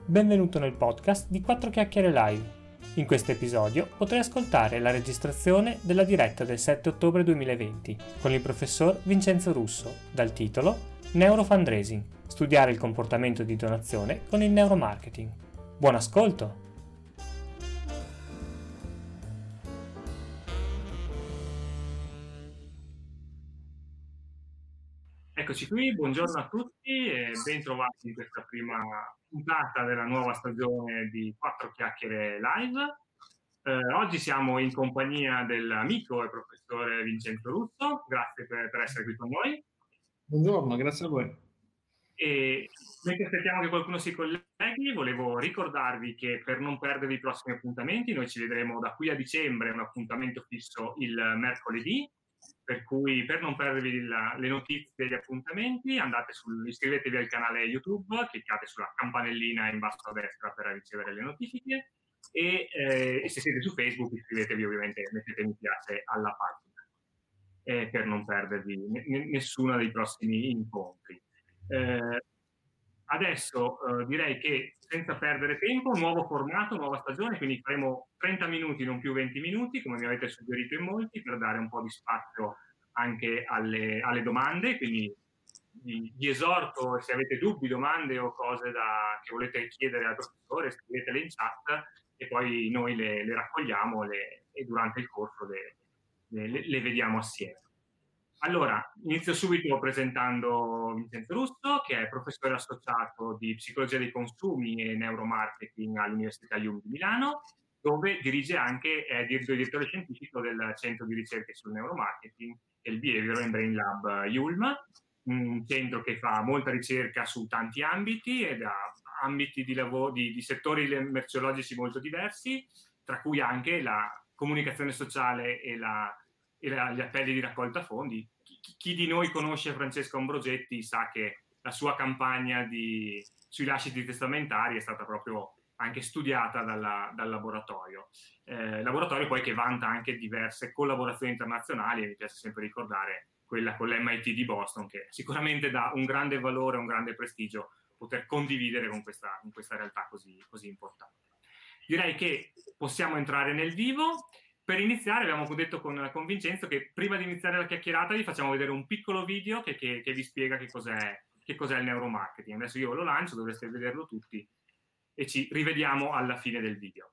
Benvenuto nel podcast di 4 Chiacchiere Live. In questo episodio potrai ascoltare la registrazione della diretta del 7 ottobre 2020 con il professor Vincenzo Russo dal titolo Neurofundraising, studiare il comportamento di donazione con il neuromarketing. Buon ascolto! Eccoci qui, buongiorno a tutti e ben trovati in questa prima puntata della nuova stagione di 4 Chiacchiere Live. Oggi siamo in compagnia dell'amico e professore Vincenzo Russo, grazie per essere qui con noi. Buongiorno, grazie a voi. E mentre aspettiamo che qualcuno si colleghi, volevo ricordarvi che per non perdere i prossimi appuntamenti, noi ci vedremo da qui a dicembre, un appuntamento fisso il mercoledì, per cui per non perdervi le notizie degli appuntamenti iscrivetevi al canale YouTube, cliccate sulla campanellina in basso a destra per ricevere le notifiche e se siete su Facebook iscrivetevi, ovviamente mettete mi piace alla pagina per non perdervi nessuno dei prossimi incontri. Adesso direi che senza perdere tempo, nuovo formato, nuova stagione, quindi faremo 30 minuti, non più 20 minuti, come mi avete suggerito in molti, per dare un po' di spazio anche alle domande, quindi vi esorto, se avete dubbi, domande o cose che volete chiedere al professore, scrivetele in chat e poi noi le raccogliamo e durante il corso le vediamo assieme. Allora, inizio subito presentando Vincenzo Russo, che è professore associato di psicologia dei consumi e neuromarketing all'Università IUM di Milano, dove dirige anche, è direttore scientifico del centro di ricerche sul neuromarketing e il Behavioral and Brain Lab IULM, un centro che fa molta ricerca su tanti ambiti ed ha ambiti di lavoro, di settori merceologici molto diversi, tra cui anche la comunicazione sociale e gli appelli di raccolta fondi. Chi di noi conosce Francesco Ambrogetti sa che la sua campagna sui lasciti testamentari è stata proprio anche studiata dal laboratorio. Laboratorio poi che vanta anche diverse collaborazioni internazionali, e mi piace sempre ricordare quella con l'MIT di Boston, che sicuramente dà un grande valore, un grande prestigio poter condividere con questa realtà così importante. Direi che possiamo entrare nel vivo. Per iniziare abbiamo detto con Vincenzo che prima di iniziare la chiacchierata vi facciamo vedere un piccolo video che vi spiega che cos'è il neuromarketing. Adesso io lo lancio, dovreste vederlo tutti e ci rivediamo alla fine del video.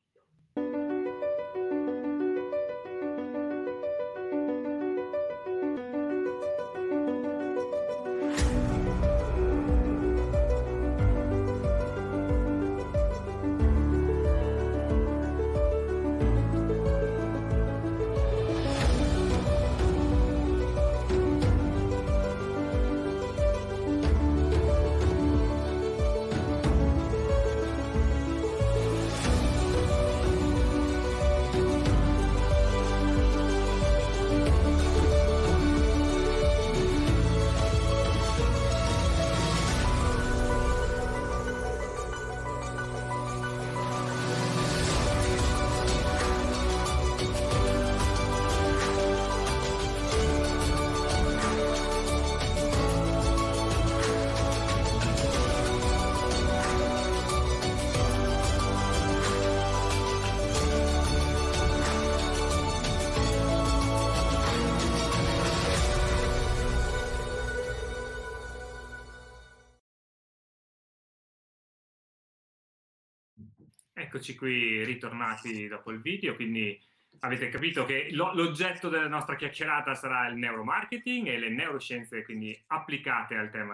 Eccoci qui ritornati dopo il video, quindi avete capito che l'oggetto della nostra chiacchierata sarà il neuromarketing e le neuroscienze quindi applicate al tema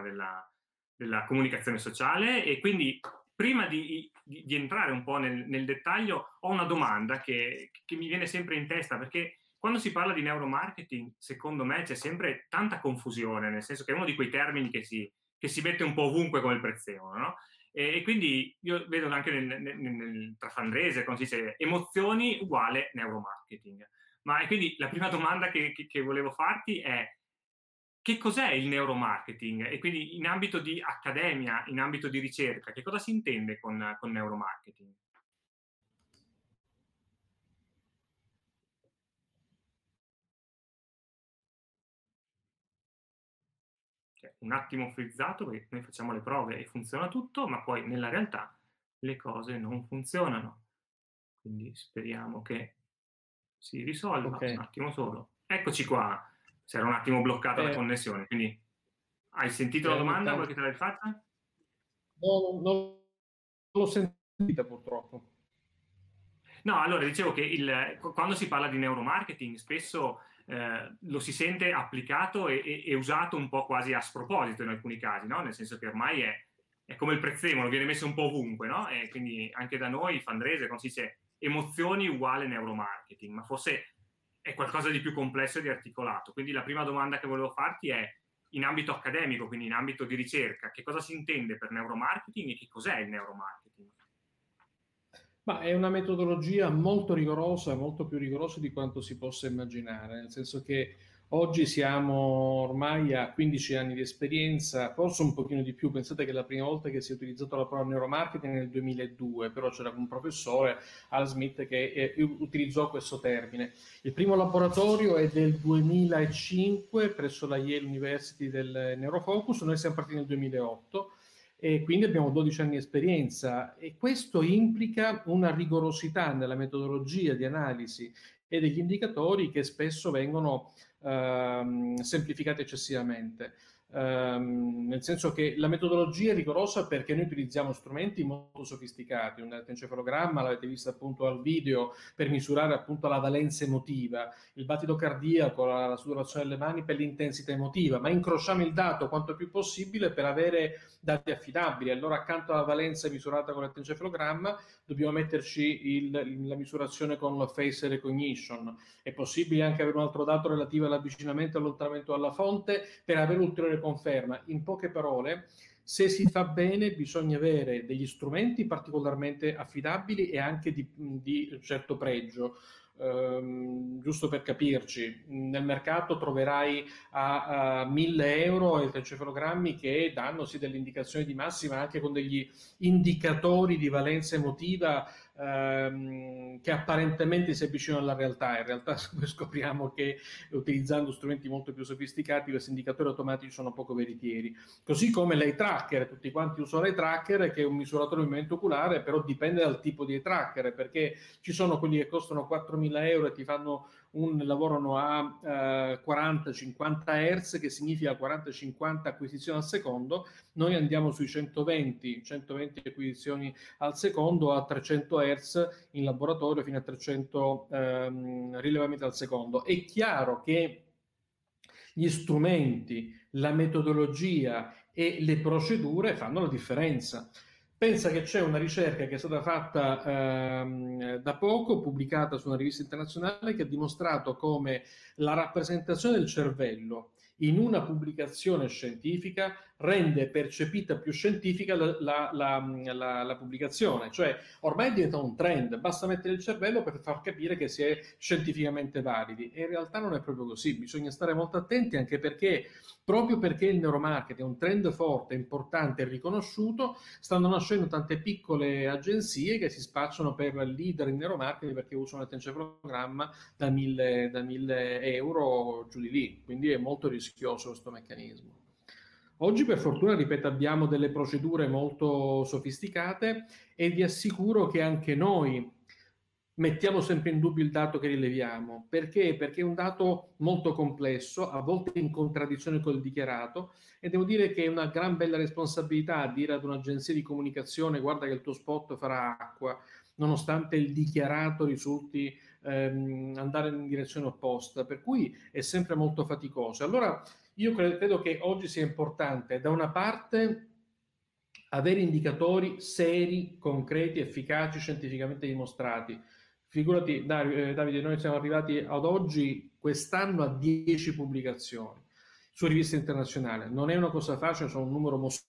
della comunicazione sociale. E quindi prima di entrare un po' nel dettaglio ho una domanda che mi viene sempre in testa, perché quando si parla di neuromarketing secondo me c'è sempre tanta confusione, nel senso che è uno di quei termini che si mette un po' ovunque come il prezzemolo, no? E quindi io vedo anche tra fundraiser, quando si dice emozioni uguale neuromarketing. Ma quindi la prima domanda che volevo farti è: che cos'è il neuromarketing? E quindi in ambito di accademia, in ambito di ricerca, che cosa si intende con neuromarketing? Un attimo frizzato, perché noi facciamo le prove e funziona tutto, ma poi nella realtà le cose non funzionano. Quindi speriamo che si risolva. Ok. Un attimo solo. Eccoci qua. Si era un attimo bloccata la Eh, connessione, quindi hai sentito la ogni domanda? Vuoi tanto che te la rifaccia? non l'ho sentita purtroppo. No, allora dicevo che quando si parla di neuromarketing spesso lo si sente applicato e usato un po' quasi a sproposito in alcuni casi, no? Nel senso che ormai è come il prezzemolo, viene messo un po' ovunque, no? E quindi anche da noi, Fundraiser, quando si dice emozioni uguale neuromarketing, ma forse è qualcosa di più complesso e di articolato. Quindi la prima domanda che volevo farti è, in ambito accademico, quindi in ambito di ricerca, che cosa si intende per neuromarketing e che cos'è il neuromarketing? Ma è una metodologia molto rigorosa, molto più rigorosa di quanto si possa immaginare, nel senso che oggi siamo ormai a 15 anni di esperienza, forse un pochino di più. Pensate che la prima volta che si è utilizzato la parola neuromarketing è nel 2002, però c'era un professore, Al Smith, che utilizzò questo termine. Il primo laboratorio è del 2005 presso la Yale University del Neurofocus, noi siamo partiti nel 2008. E quindi abbiamo 12 anni di esperienza e questo implica una rigorosità nella metodologia di analisi e degli indicatori che spesso vengono semplificati eccessivamente. Nel senso che la metodologia è rigorosa perché noi utilizziamo strumenti molto sofisticati, un elettroencefalogramma, l'avete visto appunto al video, per misurare appunto la valenza emotiva, il battito cardiaco, la sudorazione delle mani per l'intensità emotiva, ma incrociamo il dato quanto più possibile per avere dati affidabili. Allora accanto alla valenza misurata con l'elettroencefalogramma dobbiamo metterci la misurazione con la face recognition. È possibile anche avere un altro dato relativo all'avvicinamento e allontanamento dalla fonte per avere ulteriore conferma. In poche parole, se si fa bene bisogna avere degli strumenti particolarmente affidabili e anche di certo pregio. Giusto per capirci, nel mercato troverai a 1.000 euro elettroencefalogrammi che danno sì delle indicazioni di massima anche con degli indicatori di valenza emotiva che apparentemente si avvicinano alla realtà. In realtà scopriamo che utilizzando strumenti molto più sofisticati questi indicatori automatici sono poco veritieri. Così come l'eye tracker, tutti quanti usano l'eye tracker, che è un misuratore di movimento oculare, però dipende dal tipo di eye tracker, perché ci sono quelli che costano 4.000 euro e ti fanno lavorano a 40-50 Hz, che significa 40-50 acquisizioni al secondo. Noi andiamo sui 120 acquisizioni al secondo a 300 Hz in laboratorio fino a 300 rilevamenti al secondo. È chiaro che gli strumenti, la metodologia e le procedure fanno la differenza. Pensa che c'è una ricerca che è stata fatta da poco, pubblicata su una rivista internazionale, che ha dimostrato come la rappresentazione del cervello in una pubblicazione scientifica rende percepita più scientifica la pubblicazione. Cioè ormai diventa un trend, basta mettere il cervello per far capire che si è scientificamente validi, e in realtà non è proprio così. Bisogna stare molto attenti, anche perché proprio perché il neuromarketing è un trend forte, importante e riconosciuto, stanno nascendo tante piccole agenzie che si spacciano per leader in neuromarketing perché usano l'encefalogramma da 1.000 euro giù di lì, quindi è molto rischioso questo meccanismo. Oggi per fortuna, ripeto, abbiamo delle procedure molto sofisticate e vi assicuro che anche noi mettiamo sempre in dubbio il dato che rileviamo. Perché? Perché è un dato molto complesso, a volte in contraddizione con il dichiarato, e devo dire che è una gran bella responsabilità dire ad un'agenzia di comunicazione: guarda che il tuo spot farà acqua, nonostante il dichiarato risulti andare in direzione opposta, per cui è sempre molto faticoso. Allora io credo che oggi sia importante, da una parte, avere indicatori seri, concreti, efficaci, scientificamente dimostrati. Figurati, Davide, noi siamo arrivati ad oggi, quest'anno, a 10 pubblicazioni su riviste internazionali. Non è una cosa facile, sono un numero mostruoso.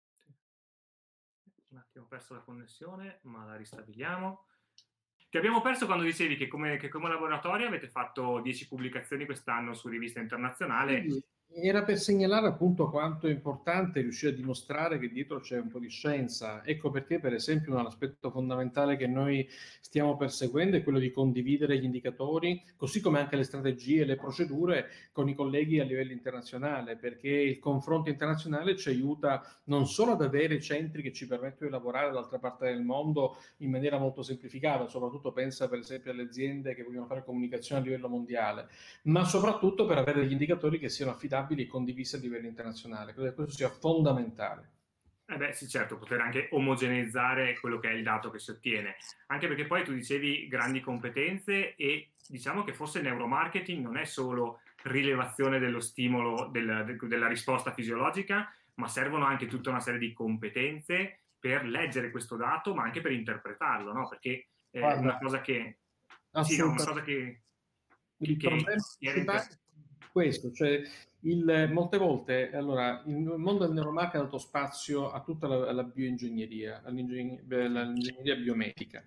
Un attimo, ho perso la connessione, ma la ristabiliamo. Ti abbiamo perso quando dicevi che come laboratorio avete fatto 10 pubblicazioni quest'anno su rivista internazionale. Era per segnalare appunto quanto è importante riuscire a dimostrare che dietro c'è un po' di scienza. Ecco perché, per esempio, un aspetto fondamentale che noi stiamo perseguendo è quello di condividere gli indicatori, così come anche le strategie e le procedure con i colleghi a livello internazionale, perché il confronto internazionale ci aiuta non solo ad avere centri che ci permettono di lavorare dall'altra parte del mondo in maniera molto semplificata, soprattutto pensa per esempio alle aziende che vogliono fare comunicazione a livello mondiale, ma soprattutto per avere degli indicatori che siano affidabili e condivisi a livello internazionale. Credo che questo sia fondamentale. Sì, certo, poter anche omogeneizzare quello che è il dato che si ottiene, anche perché poi tu dicevi grandi competenze e diciamo che forse il neuromarketing non è solo rilevazione dello stimolo, della risposta fisiologica, ma servono anche tutta una serie di competenze per leggere questo dato, ma anche per interpretarlo, no? Perché una cosa che... Sì, no, una cosa che... Il problema principale è questo, cioè molte volte allora, il mondo del neuromarketing ha dato spazio a tutta la bioingegneria, l'ingegneria biomedica.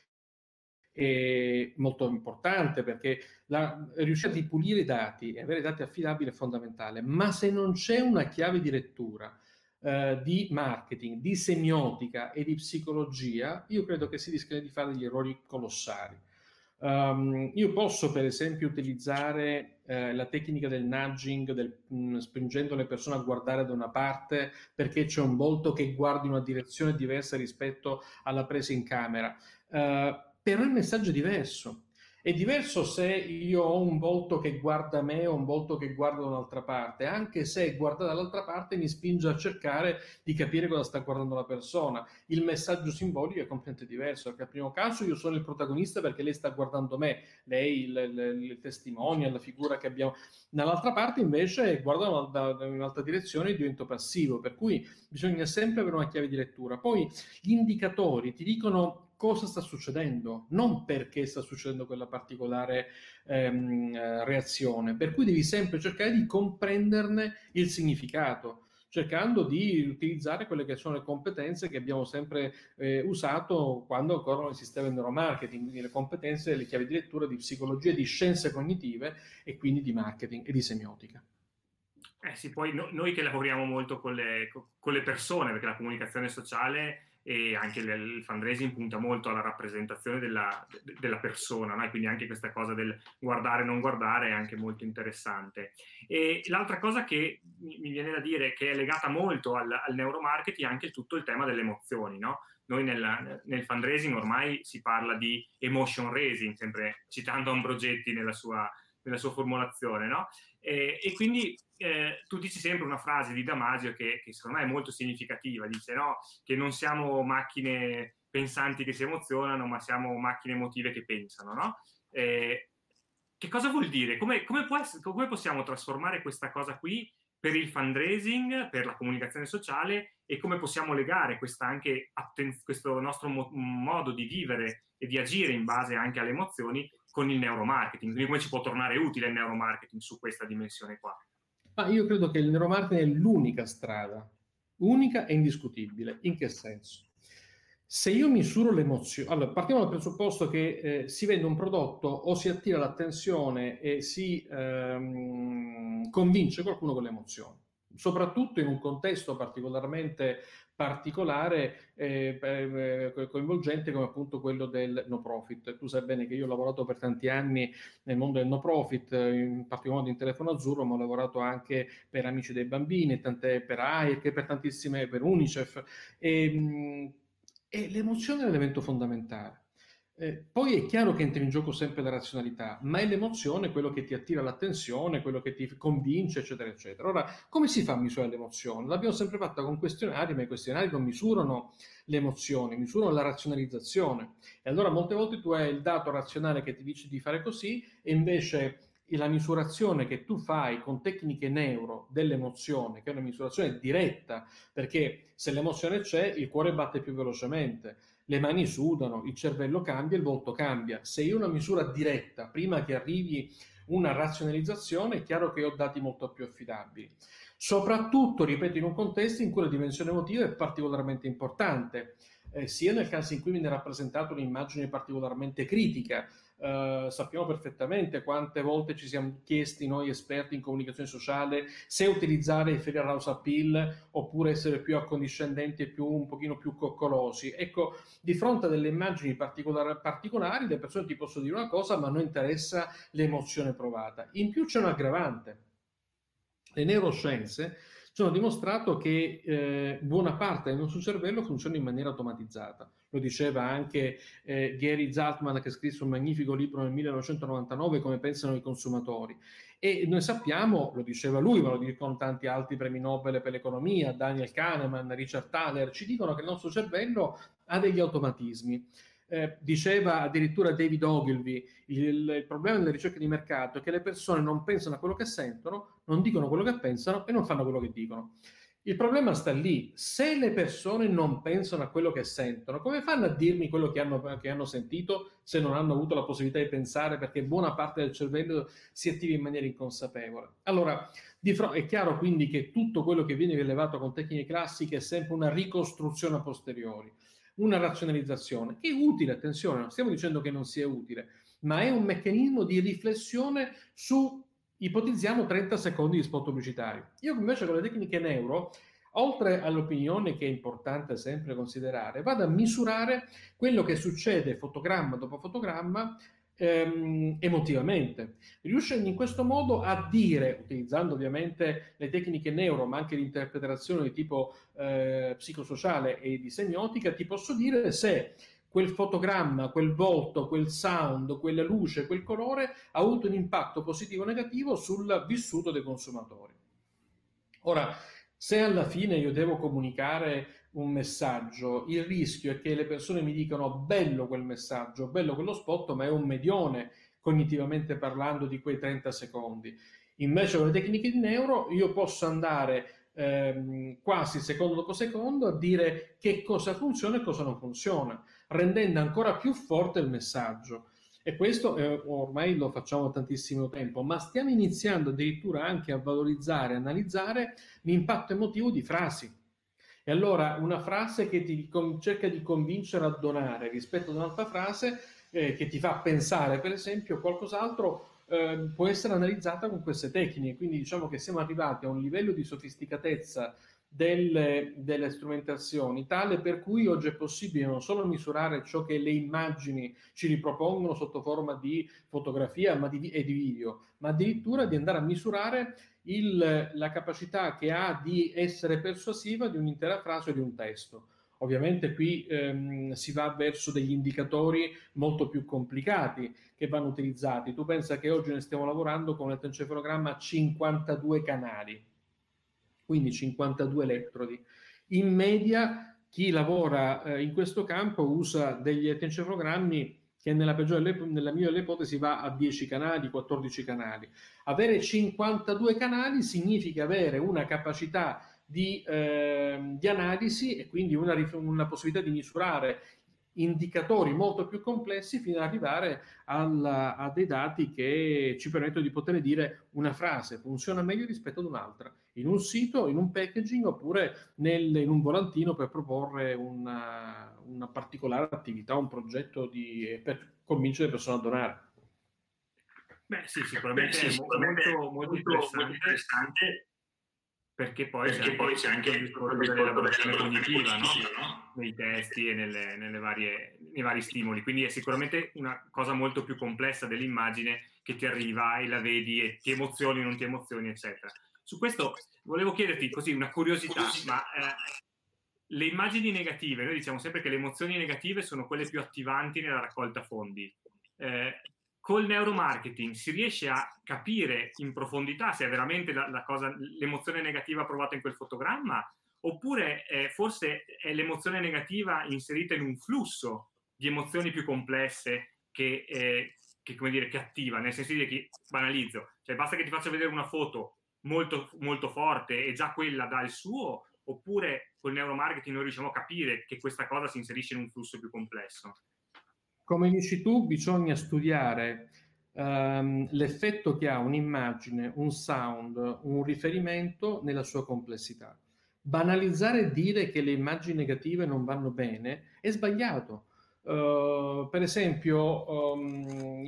È molto importante perché riuscire a ripulire i dati e avere dati affidabili è fondamentale, ma se non c'è una chiave di lettura di marketing, di semiotica e di psicologia, io credo che si rischia di fare degli errori colossali. Io posso per esempio utilizzare la tecnica del nudging, spingendo le persone a guardare da una parte perché c'è un volto che guarda in una direzione diversa rispetto alla presa in camera, però il messaggio è diverso. È diverso se io ho un volto che guarda me o un volto che guarda da un'altra parte, anche se guarda dall'altra parte mi spinge a cercare di capire cosa sta guardando la persona. Il messaggio simbolico è completamente diverso, perché al primo caso io sono il protagonista perché lei sta guardando me, lei il testimonial, la figura che abbiamo. Dall'altra parte invece guarda da un'altra direzione e divento passivo, per cui bisogna sempre avere una chiave di lettura. Poi gli indicatori ti dicono cosa sta succedendo, non perché sta succedendo quella particolare reazione, per cui devi sempre cercare di comprenderne il significato, cercando di utilizzare quelle che sono le competenze che abbiamo sempre usato quando ancora non esisteva il neuromarketing, quindi le competenze e le chiavi di lettura di psicologia, di scienze cognitive e quindi di marketing e di semiotica. Sì, poi noi che lavoriamo molto con le persone, perché la comunicazione sociale e anche il fundraising punta molto alla rappresentazione della persona, no? E quindi anche questa cosa del guardare e non guardare è anche molto interessante. E l'altra cosa che mi viene da dire che è legata molto al neuromarketing è anche tutto il tema delle emozioni, no? Noi nel fundraising ormai si parla di emotion raising, sempre citando Ambrogetti nella sua formulazione, no? E quindi tu dici sempre una frase di Damasio che secondo me è molto significativa, dice no, che non siamo macchine pensanti che si emozionano, ma siamo macchine emotive che pensano, no? Che cosa vuol dire? Come possiamo trasformare questa cosa qui per il fundraising, per la comunicazione sociale, e come possiamo legare questo nostro modo di vivere e di agire in base anche alle emozioni con il neuromarketing? Quindi come ci può tornare utile il neuromarketing su questa dimensione qua? Ma io credo che il neuromarketing è l'unica strada, unica e indiscutibile. In che senso? Se io misuro l'emozione, allora partiamo dal presupposto che si vende un prodotto o si attira l'attenzione e si convince qualcuno con l'emozione, soprattutto in un contesto particolarmente particolare, coinvolgente come appunto quello del no profit. Tu sai bene che io ho lavorato per tanti anni nel mondo del no profit, in particolar modo in Telefono Azzurro, ma ho lavorato anche per Amici dei Bambini, per AIRC, per Unicef, e l'emozione è l'elemento fondamentale. Poi è chiaro che entra in gioco sempre la razionalità, ma è l'emozione quello che ti attira l'attenzione, quello che ti convince, eccetera, eccetera. Ora, come si fa a misurare l'emozione? L'abbiamo sempre fatta con questionari, ma i questionari non misurano le emozioni, misurano la razionalizzazione. E allora molte volte tu hai il dato razionale che ti dice di fare così, e invece la misurazione che tu fai con tecniche neuro dell'emozione, che è una misurazione diretta, perché se l'emozione c'è, il cuore batte più velocemente, le mani sudano, il cervello cambia, il volto cambia. Se io ho una misura diretta prima che arrivi una razionalizzazione, è chiaro che ho dati molto più affidabili. Soprattutto, ripeto, in un contesto in cui la dimensione emotiva è particolarmente importante, sia nel caso in cui viene rappresentata un'immagine particolarmente critica, sappiamo perfettamente quante volte ci siamo chiesti noi esperti in comunicazione sociale se utilizzare i Fair House Appeal oppure essere più accondiscendenti e un pochino più coccolosi. Ecco, di fronte a delle immagini particolari, le persone ti possono dire una cosa, ma non interessa l'emozione provata. In più c'è un aggravante. Le neuroscienze ci hanno dimostrato che buona parte del nostro cervello funziona in maniera automatizzata. Lo diceva anche Gary Zaltman, che scrisse un magnifico libro nel 1999, Come pensano i consumatori. E noi sappiamo, lo diceva lui, ma lo dicono tanti altri premi Nobel per l'economia, Daniel Kahneman, Richard Thaler, ci dicono che il nostro cervello ha degli automatismi. Diceva addirittura David Ogilvy, il problema delle ricerche di mercato è che le persone non pensano a quello che sentono, non dicono quello che pensano e non fanno quello che dicono. Il problema sta lì: se le persone non pensano a quello che sentono, come fanno a dirmi quello che hanno sentito se non hanno avuto la possibilità di pensare, perché buona parte del cervello si attiva in maniera inconsapevole? Allora, è chiaro quindi che tutto quello che viene rilevato con tecniche classiche è sempre una ricostruzione a posteriori, una razionalizzazione, che è utile, attenzione, non stiamo dicendo che non sia utile, ma è un meccanismo di riflessione su, ipotizziamo, 30 secondi di spot pubblicitario. Io invece con le tecniche neuro, oltre all'opinione che è importante sempre considerare, vado a misurare quello che succede fotogramma dopo fotogramma emotivamente, riuscendo in questo modo a dire, utilizzando ovviamente le tecniche neuro ma anche l'interpretazione di tipo psicosociale e di semiotica, ti posso dire se quel fotogramma, quel volto, quel sound, quella luce, quel colore ha avuto un impatto positivo o negativo sul vissuto dei consumatori. Ora, se alla fine io devo comunicare un messaggio, il rischio è che le persone mi dicano bello quel messaggio, bello quello spot, ma è un medione cognitivamente parlando di quei 30 secondi. Invece con le tecniche di neuro io posso andare quasi secondo dopo secondo a dire che cosa funziona e cosa non funziona, rendendo ancora più forte il messaggio. E questo ormai lo facciamo da tantissimo tempo, ma stiamo iniziando addirittura anche a valorizzare, analizzare l'impatto emotivo di frasi. E allora una frase che ti cerca di convincere a donare rispetto ad un'altra frase che ti fa pensare, per esempio, qualcos'altro, può essere analizzata con queste tecniche. Quindi diciamo che siamo arrivati a un livello di sofisticatezza delle strumentazioni tale per cui oggi è possibile non solo misurare ciò che le immagini ci ripropongono sotto forma di fotografia e di video, ma addirittura di andare a misurare la capacità che ha di essere persuasiva di un'intera frase o di un testo. Ovviamente qui si va verso degli indicatori molto più complicati che vanno utilizzati. Tu pensa che oggi ne stiamo lavorando con l'elettroencefalogramma a 52 canali, quindi 52 elettrodi. In media chi lavora in questo campo usa degli elettroencefalogrammi che nella migliore delle ipotesi va a 10 canali, 14 canali. Avere 52 canali significa avere una capacità di analisi e quindi una possibilità di misurare indicatori molto più complessi fino ad arrivare a dei dati che ci permettono di poter dire una frase funziona meglio rispetto ad un'altra in un sito, in un packaging oppure in un volantino per proporre una particolare attività, un progetto per convincere le persone a donare. Beh sì, sicuramente è molto interessante. Perché poi c'è anche il discorso dell'elaborazione cognitiva, no? Nei testi e nei vari stimoli. Quindi è sicuramente una cosa molto più complessa dell'immagine che ti arriva e la vedi e ti emozioni, non ti emozioni, eccetera. Su questo volevo chiederti così una curiosità, ma le immagini negative, noi diciamo sempre che le emozioni negative sono quelle più attivanti nella raccolta fondi. Col neuromarketing si riesce a capire in profondità se è veramente l'emozione negativa provata in quel fotogramma oppure forse è l'emozione negativa inserita in un flusso di emozioni più complesse che attiva, nel senso di che banalizzo, cioè basta che ti faccia vedere una foto molto, molto forte e già quella dà il suo, oppure col neuromarketing noi riusciamo a capire che questa cosa si inserisce in un flusso più complesso. Come dici tu, bisogna studiare l'effetto che ha un'immagine, un sound, un riferimento nella sua complessità. Banalizzare e dire che le immagini negative non vanno bene è sbagliato. Per esempio, i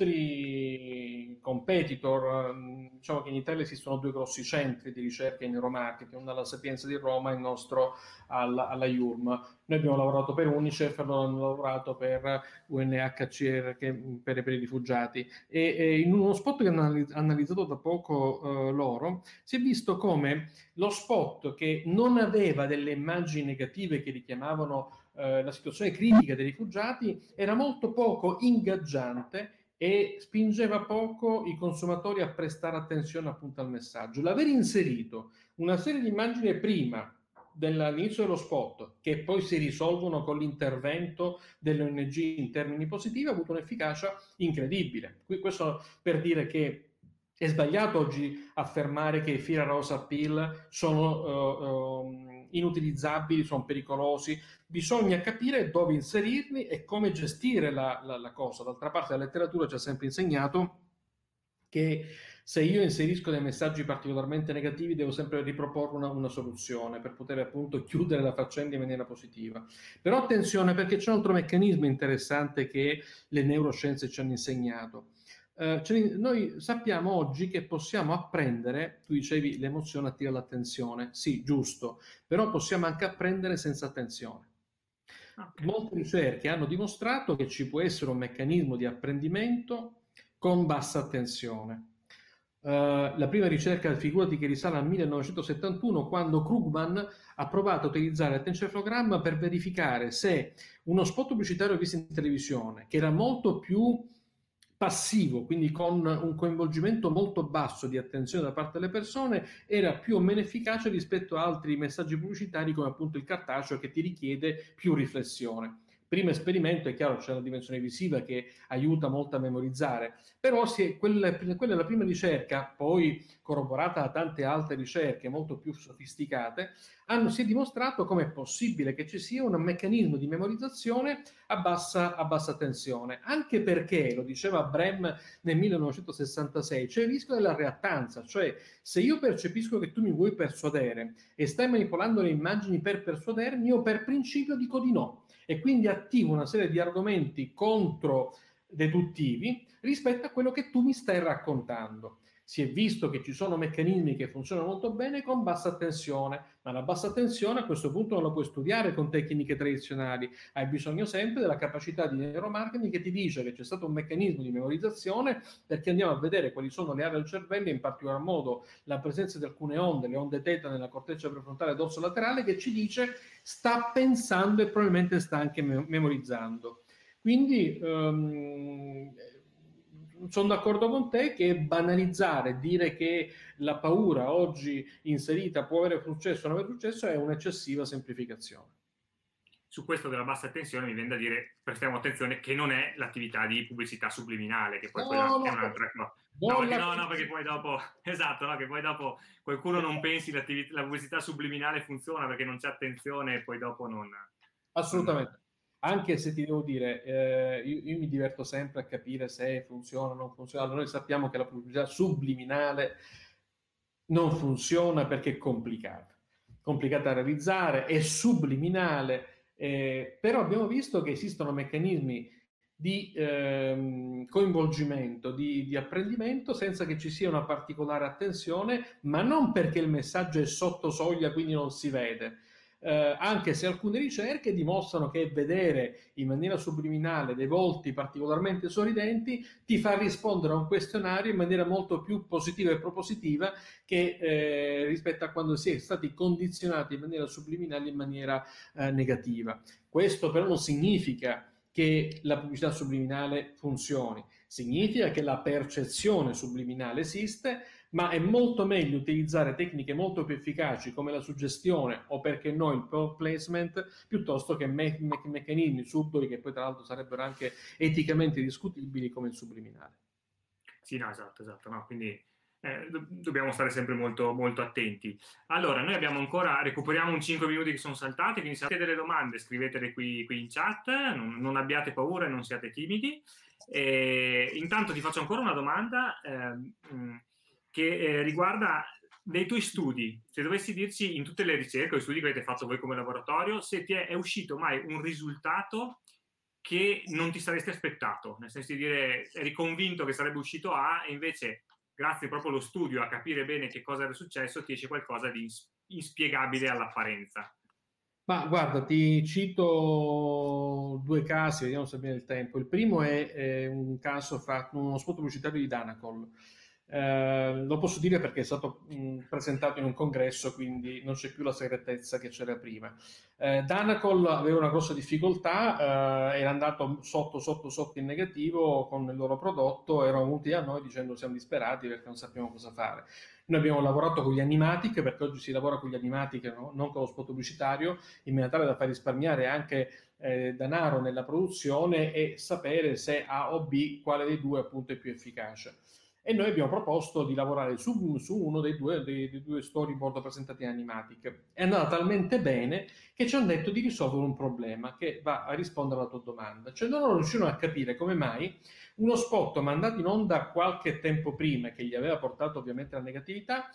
nostri competitor, diciamo che in Italia esistono due grossi centri di ricerca in neuromarketing, uno alla Sapienza di Roma e il nostro alla IURM. Noi abbiamo lavorato per UNICEF, loro hanno lavorato per UNHCR, per i rifugiati, e in uno spot che hanno analizzato da poco loro, si è visto come lo spot, che non aveva delle immagini negative che richiamavano la situazione critica dei rifugiati, era molto poco ingaggiante e spingeva poco i consumatori a prestare attenzione appunto al messaggio. L'aver inserito una serie di immagini prima dell'inizio dello spot, che poi si risolvono con l'intervento delle ONG in termini positivi, ha avuto un'efficacia incredibile. Questo per dire che è sbagliato oggi affermare che i Fira Rosa Appeal sono inutilizzabili, sono pericolosi. Bisogna capire dove inserirli e come gestire la cosa. D'altra parte la letteratura ci ha sempre insegnato che se io inserisco dei messaggi particolarmente negativi devo sempre riproporre una soluzione per poter appunto chiudere la faccenda in maniera positiva. Però attenzione, perché c'è un altro meccanismo interessante che le neuroscienze ci hanno insegnato. Noi sappiamo oggi che possiamo apprendere, tu dicevi l'emozione attira l'attenzione, sì, giusto, però possiamo anche apprendere senza attenzione. Okay. Molte ricerche hanno dimostrato che ci può essere un meccanismo di apprendimento con bassa attenzione. La prima ricerca, figurati, che risale al 1971, quando Krugman ha provato a utilizzare il tensorflogramma per verificare se uno spot pubblicitario visto in televisione, che era molto più passivo, quindi con un coinvolgimento molto basso di attenzione da parte delle persone, era più o meno efficace rispetto a altri messaggi pubblicitari come appunto il cartaceo, che ti richiede più riflessione. Primo esperimento, è chiaro, c'è la dimensione visiva che aiuta molto a memorizzare, però quella è la prima ricerca, poi corroborata da tante altre ricerche molto più sofisticate, si è dimostrato come è possibile che ci sia un meccanismo di memorizzazione a bassa tensione, anche perché, lo diceva Brehm nel 1966, c'è il rischio della reattanza, cioè se io percepisco che tu mi vuoi persuadere e stai manipolando le immagini per persuadermi, io per principio dico di no, e quindi attivo una serie di argomenti contro-deduttivi rispetto a quello che tu mi stai raccontando. Si è visto che ci sono meccanismi che funzionano molto bene con bassa tensione, ma la bassa tensione a questo punto non la puoi studiare con tecniche tradizionali, hai bisogno sempre della capacità di neuromarketing che ti dice che c'è stato un meccanismo di memorizzazione, perché andiamo a vedere quali sono le aree del cervello, in particolar modo la presenza di alcune onde, le onde teta nella corteccia prefrontale dorsolaterale, che ci dice sta pensando e probabilmente sta anche memorizzando. Quindi sono d'accordo con te che banalizzare, dire che la paura oggi inserita può avere successo o non avere successo è un'eccessiva semplificazione. Su questo della bassa tensione mi viene da dire, prestiamo attenzione, che non è l'attività di pubblicità subliminale, che poi è un'altra cosa. No, perché poi dopo, esatto, no, che poi dopo qualcuno non pensi la pubblicità subliminale funziona perché non c'è attenzione e poi dopo non... Assolutamente. Anche se ti devo dire, io mi diverto sempre a capire se funziona o non funziona. Noi sappiamo che la pubblicità subliminale non funziona perché è complicata da realizzare, è subliminale, però abbiamo visto che esistono meccanismi di coinvolgimento, di apprendimento senza che ci sia una particolare attenzione, ma non perché il messaggio è sotto soglia, quindi non si vede. Anche se alcune ricerche dimostrano che vedere in maniera subliminale dei volti particolarmente sorridenti ti fa rispondere a un questionario in maniera molto più positiva e propositiva che rispetto a quando si è stati condizionati in maniera subliminale in maniera negativa. Questo però non significa che la pubblicità subliminale funzioni, significa che la percezione subliminale esiste, ma è molto meglio utilizzare tecniche molto più efficaci come la suggestione o, perché no, il product placement, piuttosto che meccanismi subdoli che poi tra l'altro sarebbero anche eticamente discutibili come il subliminale. Sì, no, esatto, no, quindi dobbiamo stare sempre molto, molto attenti. Allora, noi abbiamo ancora, recuperiamo un 5 minuti che sono saltati, quindi se avete delle domande scrivetele qui in chat, non abbiate paura e non siate timidi. Intanto ti faccio ancora una domanda che riguarda dei tuoi studi. Se dovessi dirci, in tutte le ricerche o i studi che avete fatto voi come laboratorio, se ti è uscito mai un risultato che non ti saresti aspettato, nel senso di dire eri convinto che sarebbe uscito A e invece grazie proprio allo studio a capire bene che cosa era successo ti esce qualcosa di inspiegabile all'apparenza. Ma guarda, ti cito due casi, vediamo se viene il tempo. Il primo è un caso fatto, uno spot pubblicitario di Danacol. Lo posso dire perché è stato presentato in un congresso, quindi non c'è più la segretezza che c'era prima. Danacol aveva una grossa difficoltà, era andato sotto in negativo con il loro prodotto, erano venuti a noi dicendo siamo disperati perché non sappiamo cosa fare. Noi abbiamo lavorato con gli animatic, perché oggi si lavora con gli animatic, no? Non con lo spot pubblicitario, in maniera tale da far risparmiare anche denaro nella produzione e sapere se A o B, quale dei due appunto è più efficace. E noi abbiamo proposto di lavorare su uno dei due storyboard presentati in animatic. È andata talmente bene che ci hanno detto di risolvere un problema che va a rispondere alla tua domanda. Cioè non riuscirono a capire come mai uno spot mandato in onda qualche tempo prima, che gli aveva portato ovviamente alla negatività,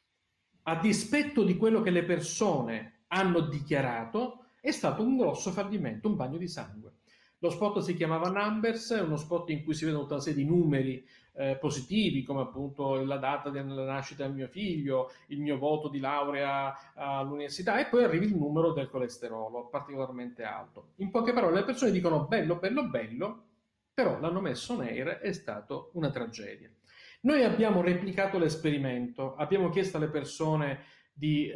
a dispetto di quello che le persone hanno dichiarato, è stato un grosso fallimento, un bagno di sangue. Lo spot si chiamava Numbers, è uno spot in cui si vedono tutta una serie di numeri positivi, come appunto la data della nascita del mio figlio, il mio voto di laurea all'università, e poi arriva il numero del colesterolo, particolarmente alto. In poche parole, le persone dicono bello, bello, bello, però l'hanno messo on air, è stato una tragedia. Noi abbiamo replicato l'esperimento, abbiamo chiesto alle persone di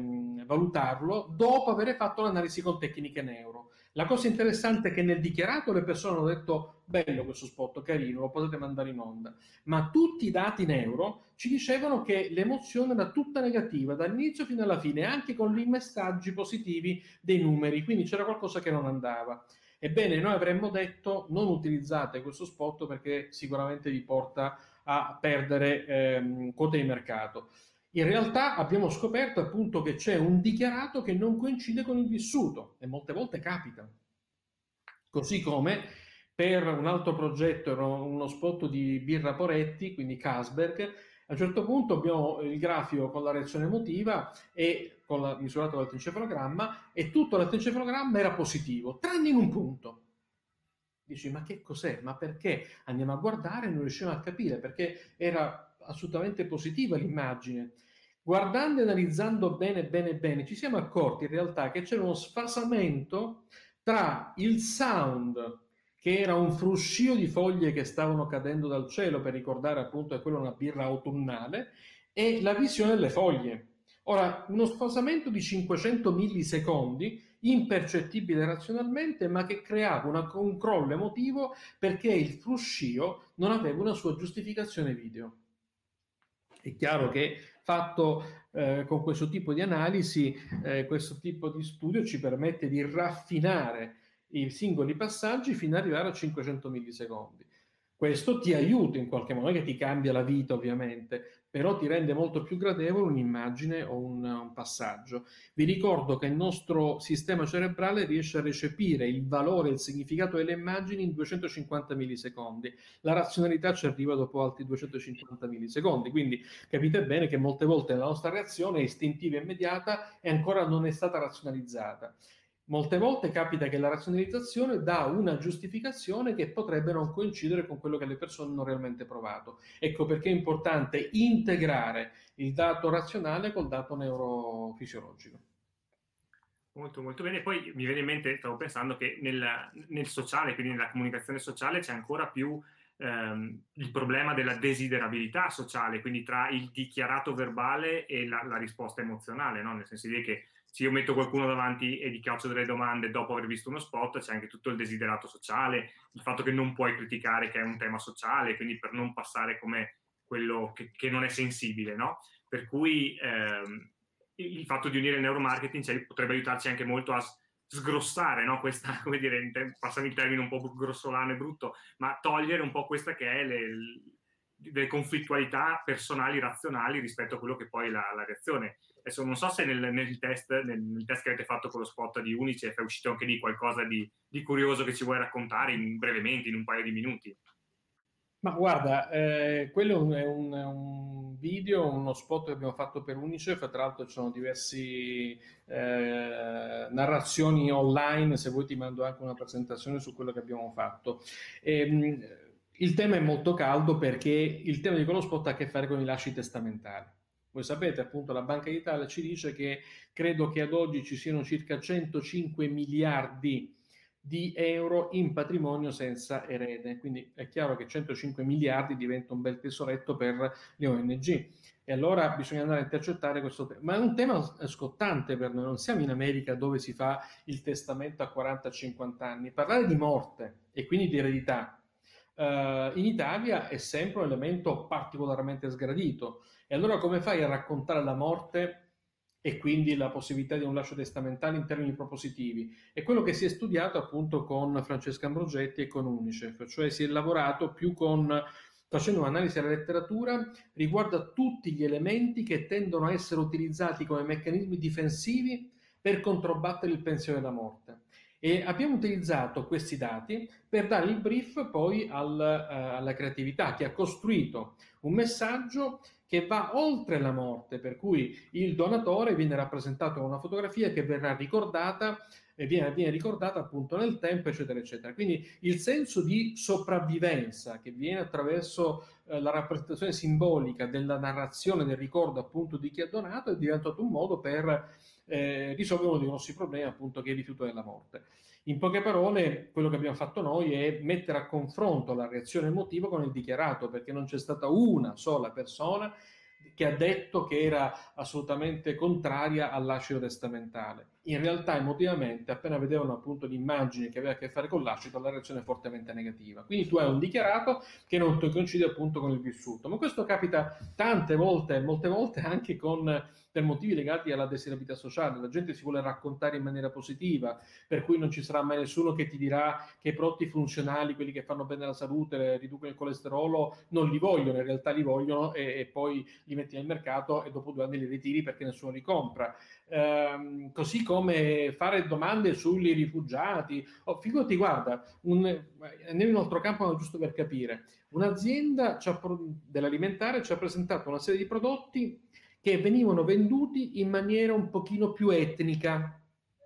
valutarlo dopo aver fatto l'analisi con tecniche neuro. La cosa interessante è che nel dichiarato le persone hanno detto bello questo spot, carino, lo potete mandare in onda, ma tutti i dati neuro ci dicevano che l'emozione era tutta negativa dall'inizio fino alla fine, anche con i messaggi positivi dei numeri, quindi c'era qualcosa che non andava. Ebbene, noi avremmo detto non utilizzate questo spot perché sicuramente vi porta a perdere quote di mercato. In realtà abbiamo scoperto appunto che c'è un dichiarato che non coincide con il vissuto e molte volte capita. Così come per un altro progetto, era uno spot di Birra Poretti, quindi Carlsberg, a un certo punto abbiamo il grafico con la reazione emotiva e con la misurato dall'elettroencefalogramma e tutto l'elettroencefalogramma era positivo, tranne in un punto. Dici, ma che cos'è? Ma perché? Andiamo a guardare e non riusciamo a capire, perché era assolutamente positiva l'immagine. Guardando e analizzando bene, ci siamo accorti in realtà che c'era uno sfasamento tra il sound, che era un fruscio di foglie che stavano cadendo dal cielo, per ricordare appunto che quella è una birra autunnale, e la visione delle foglie. Ora, uno sfasamento di 500 millisecondi, impercettibile razionalmente, ma che creava un crollo emotivo perché il fruscio non aveva una sua giustificazione video. È chiaro che fatto con questo tipo di analisi, questo tipo di studio ci permette di raffinare i singoli passaggi fino ad arrivare a 500 millisecondi. Questo ti aiuta in qualche modo, non è che ti cambia la vita ovviamente, però ti rende molto più gradevole un'immagine o un passaggio. Vi ricordo che il nostro sistema cerebrale riesce a recepire il valore e il significato delle immagini in 250 millisecondi. La razionalità ci arriva dopo altri 250 millisecondi, quindi capite bene che molte volte la nostra reazione è istintiva e immediata e ancora non è stata razionalizzata. Molte volte capita che la razionalizzazione dà una giustificazione che potrebbe non coincidere con quello che le persone hanno realmente provato. Ecco perché è importante integrare il dato razionale col dato neurofisiologico. Molto, molto bene. Poi mi viene in mente, stavo pensando che nel sociale, quindi nella comunicazione sociale, c'è ancora più il problema della desiderabilità sociale, quindi tra il dichiarato verbale e la risposta emozionale, no? Nel senso di che se io metto qualcuno davanti e gli faccio delle domande dopo aver visto uno spot, c'è anche tutto il desiderato sociale, il fatto che non puoi criticare che è un tema sociale, quindi per non passare come quello che non è sensibile, no? Per cui il fatto di unire il neuromarketing potrebbe aiutarci anche molto a sgrossare, no? Questa, come dire, passami il termine un po' grossolano e brutto, ma togliere un po' questa che è delle conflittualità personali razionali rispetto a quello che poi è la reazione. Adesso non so se nel test che avete fatto con lo spot di Unicef è uscito anche lì qualcosa di curioso che ci vuoi raccontare brevemente, in un paio di minuti. Ma guarda, quello è un video, uno spot che abbiamo fatto per Unicef. Tra l'altro ci sono diversi narrazioni online, se vuoi ti mando anche una presentazione su quello che abbiamo fatto. Il tema è molto caldo perché il tema di quello spot ha a che fare con i lasci testamentari. Voi sapete, appunto, la Banca d'Italia ci dice che credo che ad oggi ci siano circa 105 miliardi di euro in patrimonio senza erede, quindi è chiaro che 105 miliardi diventa un bel tesoretto per le ONG, e allora bisogna andare a intercettare questo tema. Ma è un tema scottante per noi, non siamo in America dove si fa il testamento a 40-50 anni. Parlare di morte e quindi di eredità in Italia è sempre un elemento particolarmente sgradito, e allora come fai a raccontare la morte e quindi la possibilità di un lascio testamentale in termini propositivi? È quello che si è studiato appunto con Francesca Ambrogetti e con Unicef, cioè si è lavorato più facendo un'analisi della letteratura riguardo a tutti gli elementi che tendono a essere utilizzati come meccanismi difensivi per controbattere il pensiero della morte. E abbiamo utilizzato questi dati per dare il brief poi alla creatività, che ha costruito un messaggio che va oltre la morte, per cui il donatore viene rappresentato con una fotografia che verrà ricordata e viene ricordata appunto nel tempo, eccetera, eccetera. Quindi il senso di sopravvivenza che viene attraverso la rappresentazione simbolica della narrazione del ricordo appunto di chi ha donato è diventato un modo per risolvere uno dei nostri problemi, appunto, che è il rifiuto della morte. In poche parole, quello che abbiamo fatto noi è mettere a confronto la reazione emotiva con il dichiarato, perché non c'è stata una sola persona che ha detto che era assolutamente contraria al lascito testamentale. In realtà, emotivamente, appena vedevano appunto l'immagine che aveva a che fare con l'ascito, la reazione è fortemente negativa. Quindi tu hai un dichiarato che non coincide appunto con il vissuto. Ma questo capita tante volte, molte volte anche per motivi legati alla desiderabilità sociale. La gente si vuole raccontare in maniera positiva, per cui non ci sarà mai nessuno che ti dirà che i prodotti funzionali, quelli che fanno bene alla salute, riducono il colesterolo, non li vogliono. In realtà li vogliono e poi li metti nel mercato e dopo 2 anni li ritiri perché nessuno li compra. Così come fare domande sui rifugiati. Figurati, guarda, andiamo in un altro campo giusto per capire. Un'azienda dell'alimentare ci ha presentato una serie di prodotti che venivano venduti in maniera un pochino più etnica.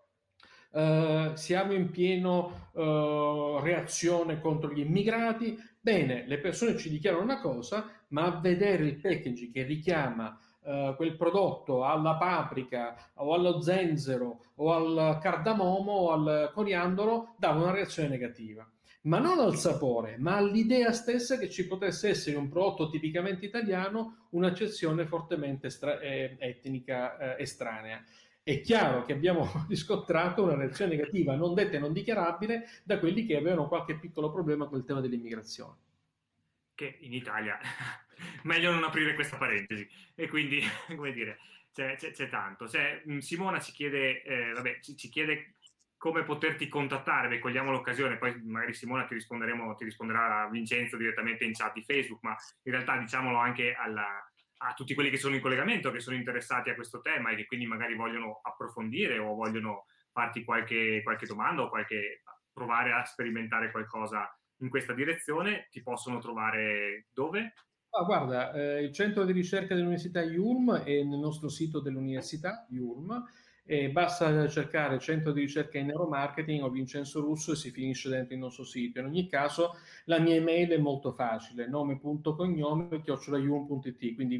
Siamo in pieno reazione contro gli immigrati. Bene, le persone ci dichiarano una cosa, ma a vedere il packaging che richiama quel prodotto alla paprika o allo zenzero o al cardamomo o al coriandolo dava una reazione negativa. Ma non al sapore, ma all'idea stessa che ci potesse essere un prodotto tipicamente italiano un'accezione fortemente etnica estranea. È chiaro che abbiamo riscontrato una reazione negativa, non detta e non dichiarabile, da quelli che avevano qualche piccolo problema con il tema dell'immigrazione. Che in Italia, meglio non aprire questa parentesi, e quindi, come dire, c'è tanto. Simona ci chiede, ci chiede come poterti contattare. Beh, cogliamo l'occasione, poi magari Simona ti risponderà Vincenzo direttamente in chat di Facebook, ma in realtà diciamolo anche a tutti quelli che sono in collegamento, che sono interessati a questo tema e che quindi magari vogliono approfondire o vogliono farti qualche domanda o provare a sperimentare qualcosa in questa direzione. Ti possono trovare dove? Guarda, il centro di ricerca dell'Università IULM è nel nostro sito dell'Università IULM, e basta cercare centro di ricerca in neuromarketing o Vincenzo Russo e si finisce dentro il nostro sito. In ogni caso la mia email è molto facile, nome.cognome@ium.it, quindi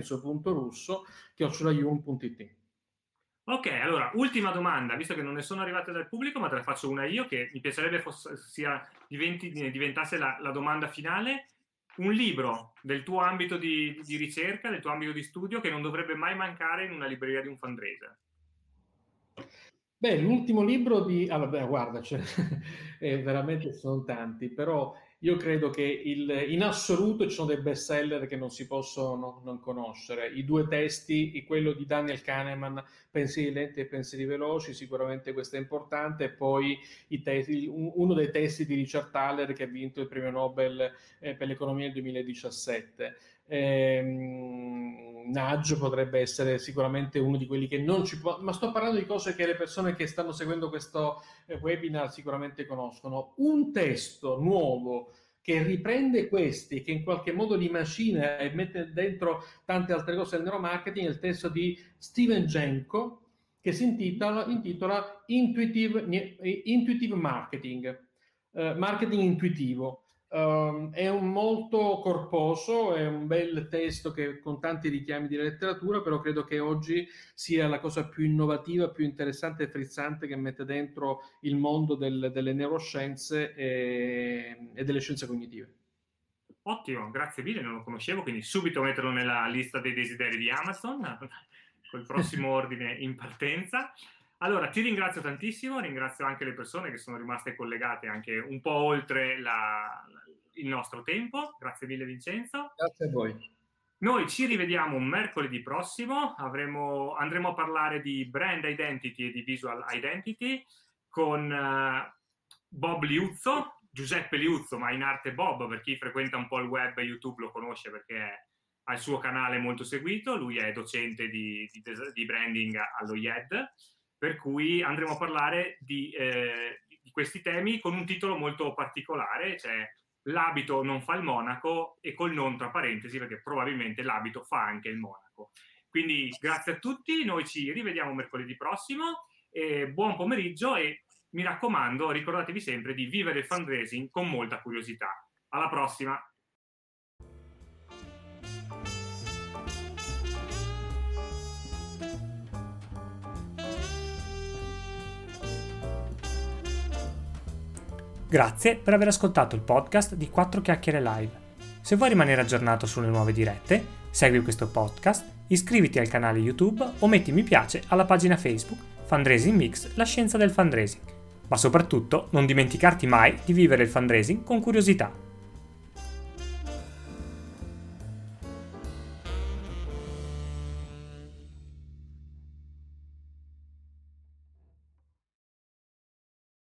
vincenzo.russo@ium.it. Ok, allora, ultima domanda, visto che non ne sono arrivate dal pubblico, ma te la faccio una io, che mi piacerebbe diventasse la domanda finale. Un libro del tuo ambito di ricerca, del tuo ambito di studio, che non dovrebbe mai mancare in una libreria di un fundraiser. Beh, l'ultimo libro guarda, veramente sono tanti, però io credo che in assoluto ci sono dei best seller che non si possono non conoscere. I 2 testi, quello di Daniel Kahneman, Pensieri lenti e pensieri veloci, sicuramente questo è importante, e poi uno dei testi di Richard Thaler, che ha vinto il premio Nobel per l'economia nel 2017. Nudge potrebbe essere sicuramente uno di quelli che non ci può, ma sto parlando di cose che le persone che stanno seguendo questo webinar sicuramente conoscono. Un testo nuovo che riprende questi, che in qualche modo li macina e mette dentro tante altre cose del neuromarketing, è il testo di Steven Jenko, che si intitola Intuitive Marketing, marketing intuitivo. È un molto corposo, è un bel testo con tanti richiami di letteratura, però credo che oggi sia la cosa più innovativa, più interessante e frizzante che mette dentro il mondo delle neuroscienze e delle scienze cognitive. Ottimo, grazie mille, non lo conoscevo, quindi subito metterlo nella lista dei desideri di Amazon, col prossimo ordine in partenza. Allora, ti ringrazio tantissimo, ringrazio anche le persone che sono rimaste collegate anche un po' oltre il nostro tempo. Grazie mille Vincenzo. Grazie a voi. Noi ci rivediamo mercoledì prossimo, andremo a parlare di brand identity e di visual identity con Bob Liuzzo, Giuseppe Liuzzo, ma in arte Bob, per chi frequenta un po' il web e YouTube lo conosce perché ha il suo canale molto seguito, lui è docente di branding allo IED, per cui andremo a parlare di questi temi con un titolo molto particolare, cioè l'abito non fa il monaco, e col non tra parentesi, perché probabilmente l'abito fa anche il monaco. Quindi grazie a tutti, noi ci rivediamo mercoledì prossimo, buon pomeriggio e mi raccomando, ricordatevi sempre di vivere il fundraising con molta curiosità. Alla prossima! Grazie per aver ascoltato il podcast di 4 Chiacchiere Live. Se vuoi rimanere aggiornato sulle nuove dirette, segui questo podcast, iscriviti al canale YouTube o metti mi piace alla pagina Facebook Fundraising Mix, la scienza del fundraising. Ma soprattutto non dimenticarti mai di vivere il fundraising con curiosità.